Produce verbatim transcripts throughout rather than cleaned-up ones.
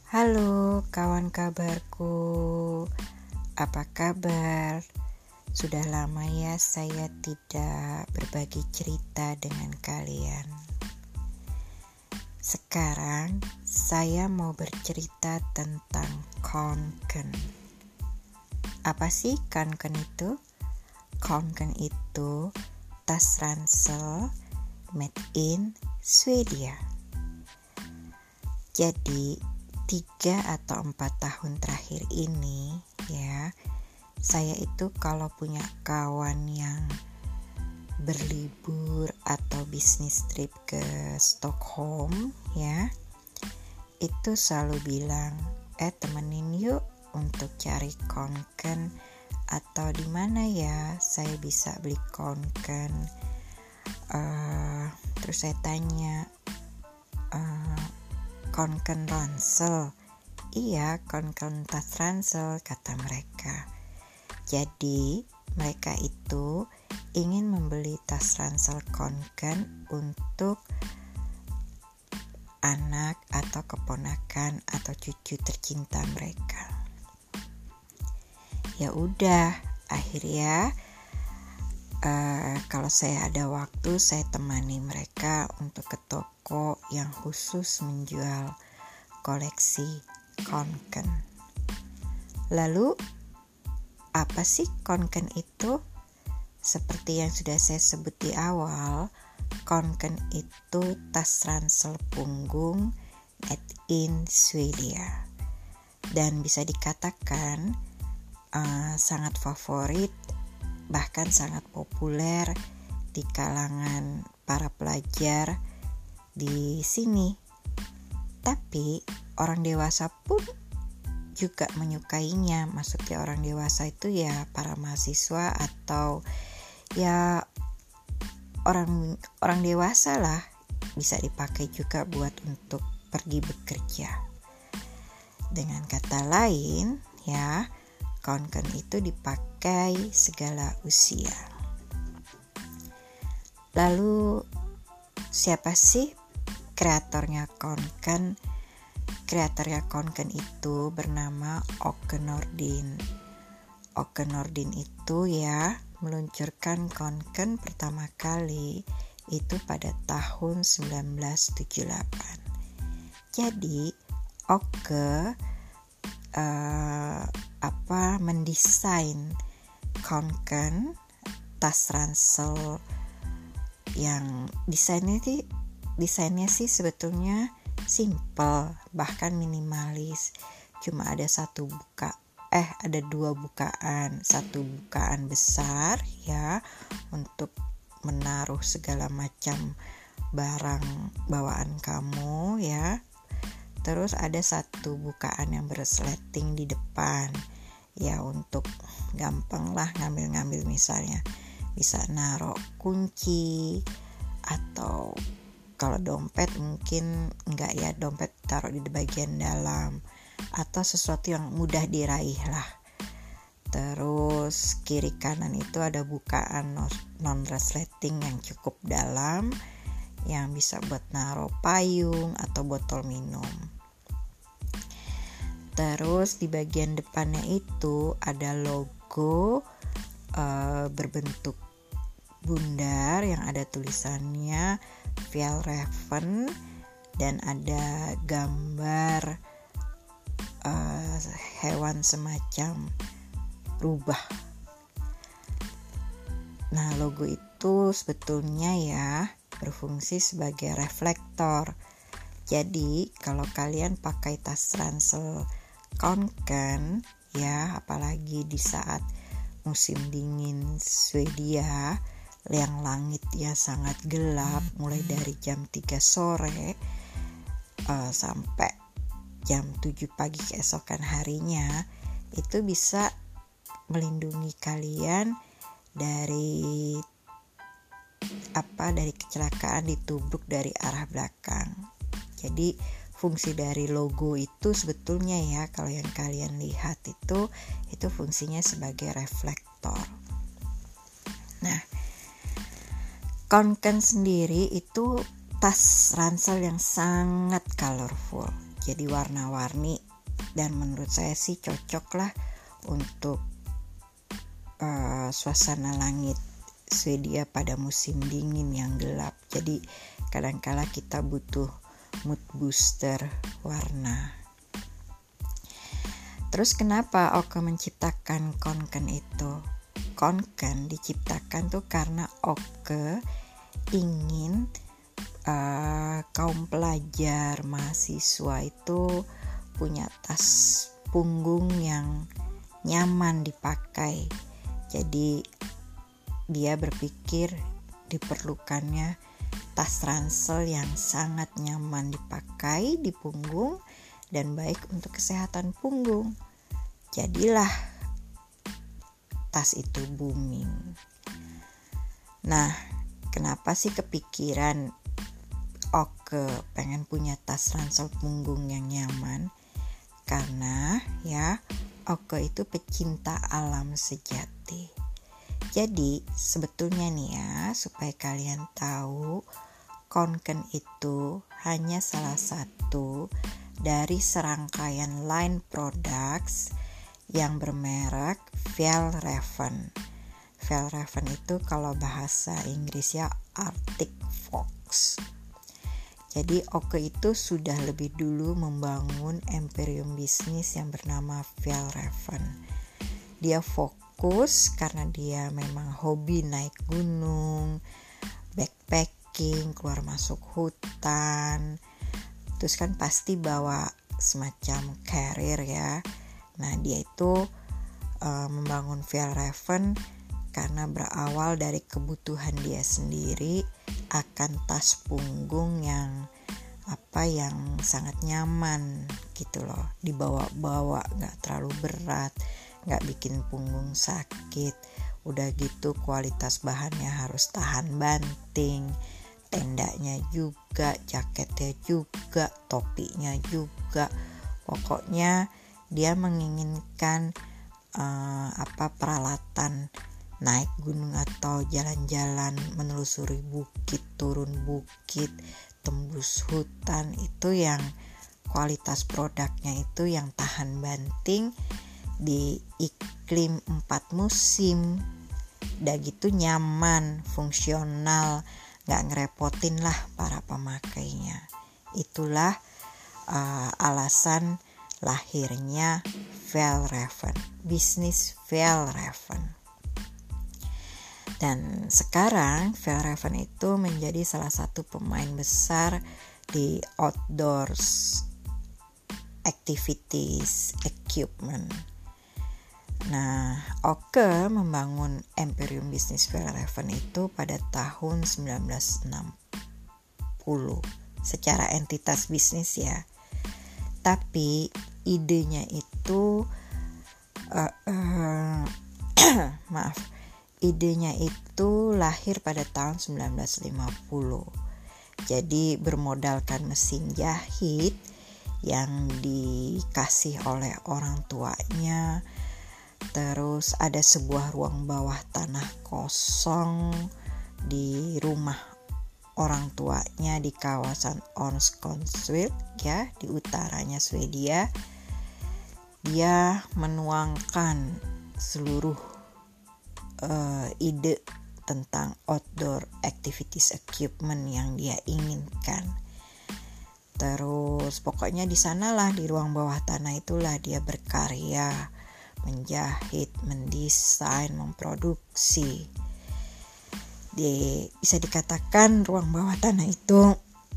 Halo kawan kabarku, apa kabar? Sudah lama ya saya tidak berbagi cerita dengan kalian. Sekarang saya mau bercerita tentang Konken. Apa sih Konken itu? Konken itu tas ransel made in Swedia. Jadi tiga atau empat tahun terakhir ini ya, saya itu kalau punya kawan yang berlibur atau bisnis trip ke Stockholm ya, itu selalu bilang, eh temenin yuk untuk cari Konken, atau di mana ya saya bisa beli Konken. Uh, terus saya tanya, uh, Konken ransel? Iya, Konken tas ransel, kata mereka. Jadi mereka itu ingin membeli tas ransel Konken untuk anak atau keponakan atau cucu tercinta mereka. Ya udah, akhirnya uh, kalau saya ada waktu saya temani mereka untuk ke toko yang khusus menjual koleksi Konken. Lalu apa sih Konken itu? Seperti yang sudah saya sebut di awal, Konken itu tas ransel punggung made in Swedia, dan bisa dikatakan uh, sangat favorit, bahkan sangat populer di kalangan para pelajar di sini. Tapi orang dewasa pun juga menyukainya. Maksudnya orang dewasa itu ya para mahasiswa atau ya orang orang dewasa lah, bisa dipakai juga buat untuk pergi bekerja. Dengan kata lain ya, Konken itu dipakai segala usia. Lalu siapa sih kreatornya Konken? Kreatornya Konken itu bernama Åke Nordin. Åke Nordin itu ya meluncurkan Konken pertama kali itu pada tahun sembilan belas tujuh puluh delapan. Jadi Åke uh, apa mendesain Konken tas ransel yang desainnya sih desainnya sih sebetulnya simple, bahkan minimalis. Cuma ada satu buka eh ada dua bukaan, satu bukaan besar ya untuk menaruh segala macam barang bawaan kamu ya. Terus ada satu bukaan yang bersleting di depan ya, untuk gampang lah ngambil-ngambil, misalnya bisa naruh kunci, atau kalau dompet mungkin enggak ya, dompet taruh di bagian dalam, atau sesuatu yang mudah diraih lah. Terus kiri kanan itu ada bukaan non resleting yang cukup dalam, yang bisa buat naruh payung atau botol minum. Terus di bagian depannya itu ada logo uh, berbentuk bundar yang ada tulisannya Fjällräven, dan ada gambar uh, hewan semacam rubah. Nah, logo itu sebetulnya ya berfungsi sebagai reflektor. Jadi kalau kalian pakai tas ransel Konken ya, apalagi di saat musim dingin Swedia yang langit ya sangat gelap, mulai dari jam tiga sore uh, sampai jam tujuh pagi keesokan harinya, itu bisa melindungi kalian dari apa dari kecelakaan ditubruk dari arah belakang. Jadi fungsi dari logo itu sebetulnya ya, kalau yang kalian lihat itu itu fungsinya sebagai reflektor. Nah, Konken sendiri itu tas ransel yang sangat colorful. jadi warna-warni, dan menurut saya sih cocok lah untuk uh, suasana langit Swedia pada musim dingin yang gelap. Jadi kadangkala kita butuh mood booster warna. Terus kenapa Oke menciptakan Konken itu? Konken diciptakan tuh karena Oke ingin uh, kaum pelajar, mahasiswa itu punya tas punggung yang nyaman dipakai. Jadi dia berpikir diperlukannya tas ransel yang sangat nyaman dipakai di punggung dan baik untuk kesehatan punggung. Jadilah tas itu booming. Nah, kenapa sih kepikiran Oke pengen punya tas ransel punggung yang nyaman? Karena ya Oke itu pecinta alam sejati. Jadi sebetulnya nih ya, supaya kalian tahu, Konken itu hanya salah satu dari serangkaian line products yang bermerek Fjällräven. Fjällräven itu kalau bahasa Inggrisnya Arctic Fox. Jadi Oke itu sudah lebih dulu membangun imperium bisnis yang bernama Fjällräven. Dia fokus karena dia memang hobi naik gunung, backpacking, keluar masuk hutan. Terus kan pasti bawa semacam carrier ya. Nah dia itu uh, membangun Fjällräven karena berawal dari kebutuhan dia sendiri akan tas punggung yang apa yang sangat nyaman gitu loh, dibawa-bawa, nggak terlalu berat, nggak bikin punggung sakit. Udah gitu kualitas bahannya harus tahan banting. Tendanya juga, jaketnya juga, topinya juga. Pokoknya dia menginginkan uh, apa peralatan naik gunung atau jalan-jalan, menelusuri bukit, turun bukit, tembus hutan, itu yang kualitas produknya itu yang tahan banting di iklim empat musim. Udah gitu nyaman, fungsional, gak ngerepotin lah para pemakainya. Itulah uh, alasan lahirnya Fjällräven, bisnis Fjällräven. Dan sekarang Fjällräven itu menjadi salah satu pemain besar di outdoors activities equipment. Nah, Oke membangun imperium bisnis Fjällräven itu pada tahun sembilan belas enam puluh secara entitas bisnis ya. Tapi idenya itu uh, uh, maaf, idenya itu lahir pada tahun sembilan belas lima puluh. Jadi bermodalkan mesin jahit yang dikasih oleh orang tuanya. Terus ada sebuah ruang bawah tanah kosong di rumah orang tuanya di kawasan Örnsköldsvik ya, di utaranya Swedia. Dia menuangkan seluruh uh, ide tentang outdoor activities equipment yang dia inginkan. Terus pokoknya di sanalah, di ruang bawah tanah itulah dia berkarya, menjahit, mendesain, memproduksi. Di, bisa dikatakan ruang bawah tanah itu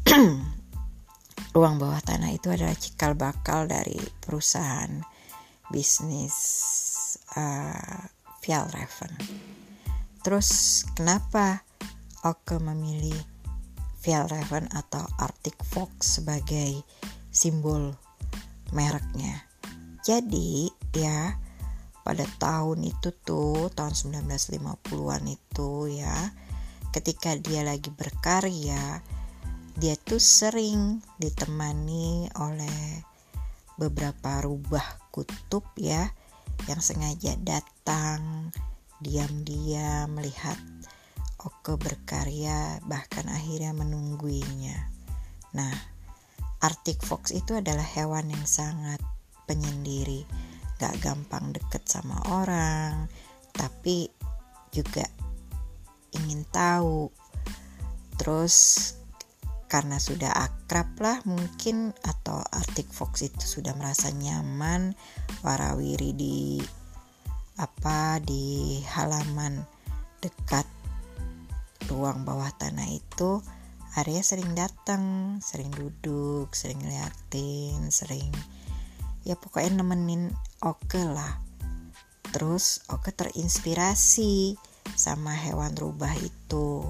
ruang bawah tanah itu adalah cikal bakal dari perusahaan bisnis uh, Fjällräven. Terus kenapa Oke memilih Fjällräven atau Arctic Fox sebagai simbol mereknya? Jadi ya pada tahun itu tuh, tahun sembilan belas lima puluhan itu ya, ketika dia lagi berkarya, dia tuh sering ditemani oleh beberapa rubah kutub ya, yang sengaja datang diam-diam melihat Oke berkarya, bahkan akhirnya menungguinya. Nah, Arctic fox itu adalah hewan yang sangat penyendiri, gak gampang deket sama orang, tapi juga ingin tahu. Terus karena sudah akrab lah mungkin, atau Arctic fox itu sudah merasa nyaman warawiri di apa di halaman dekat ruang bawah tanah itu, Arya sering datang, sering duduk, sering ngeliatin, sering ya pokoknya nemenin Oke lah. Terus Oke terinspirasi sama hewan rubah itu.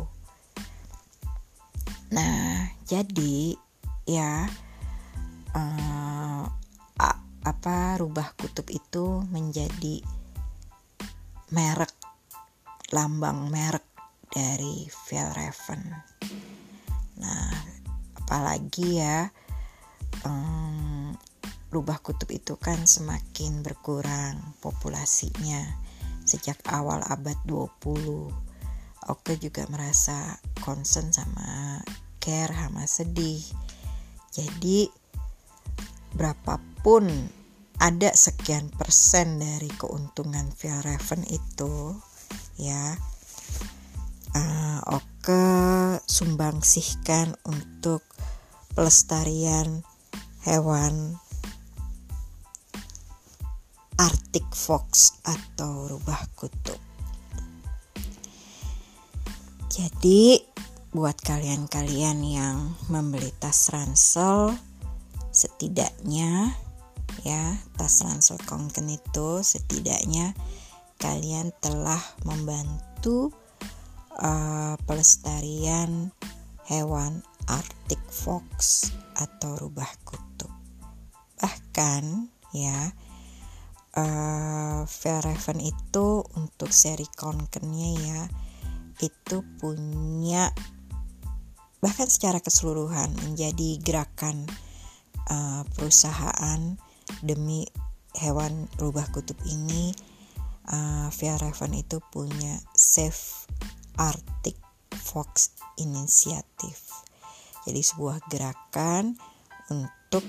Nah, jadi ya uh, a- apa rubah kutub itu menjadi merek, lambang merek dari Fjällräven. Nah, apalagi ya um, rubah kutub itu kan semakin berkurang populasinya sejak awal abad dua puluh. Oke juga merasa concern sama care, sama sedih. Jadi berapapun ada sekian persen dari keuntungan Fjällräven itu ya uh, Oke sumbangsihkan untuk pelestarian hewan Arctic fox atau rubah kutub. Jadi buat kalian-kalian yang membeli tas ransel, setidaknya ya tas ransel Konken itu setidaknya kalian telah membantu uh, pelestarian hewan Arctic fox atau rubah kutub. Bahkan ya uh, Fjällräven itu untuk seri Konkennya ya itu punya, bahkan secara keseluruhan menjadi gerakan uh, perusahaan demi hewan rubah kutub ini. uh, Fjällräven itu punya Save Arctic Fox Initiative, jadi sebuah gerakan untuk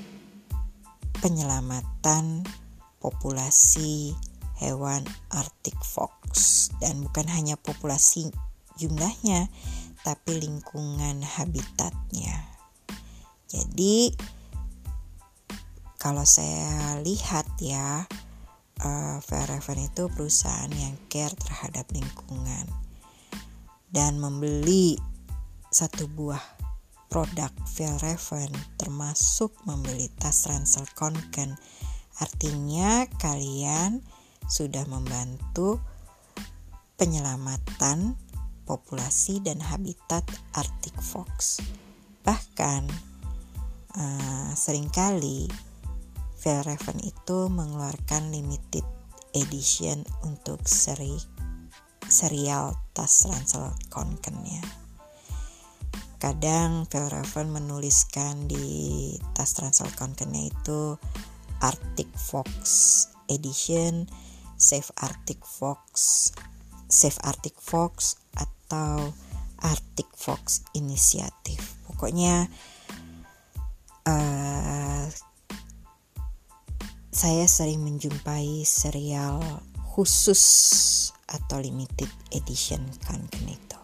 penyelamatan populasi hewan Arctic fox, dan bukan hanya populasi jumlahnya, tapi lingkungan habitatnya. Jadi kalau saya lihat ya, uh, Fjällräven itu perusahaan yang care terhadap lingkungan, dan membeli satu buah produk Fjällräven termasuk membeli tas ransel Konken, artinya kalian sudah membantu penyelamatan populasi dan habitat Arctic fox. Bahkan uh, seringkali Fjällräven itu mengeluarkan limited edition untuk seri serial tas ransel Konkennya. Kadang Fjällräven menuliskan di tas ransel Konkennya itu Arctic Fox Edition, Save Arctic Fox, Save Arctic Fox atau Arctic Fox Initiative. Pokoknya uh, saya sering menjumpai serial khusus atau limited edition Konken itu.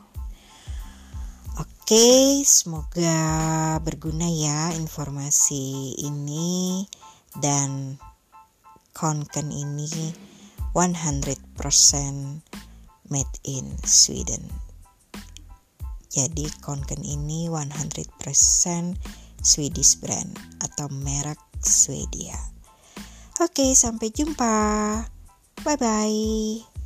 Oke, semoga berguna ya informasi ini, dan Konken ini one hundred percent made in Sweden. Jadi Konken ini one hundred percent Swedish brand atau merek Swedia. Oke, sampai jumpa. Bye bye.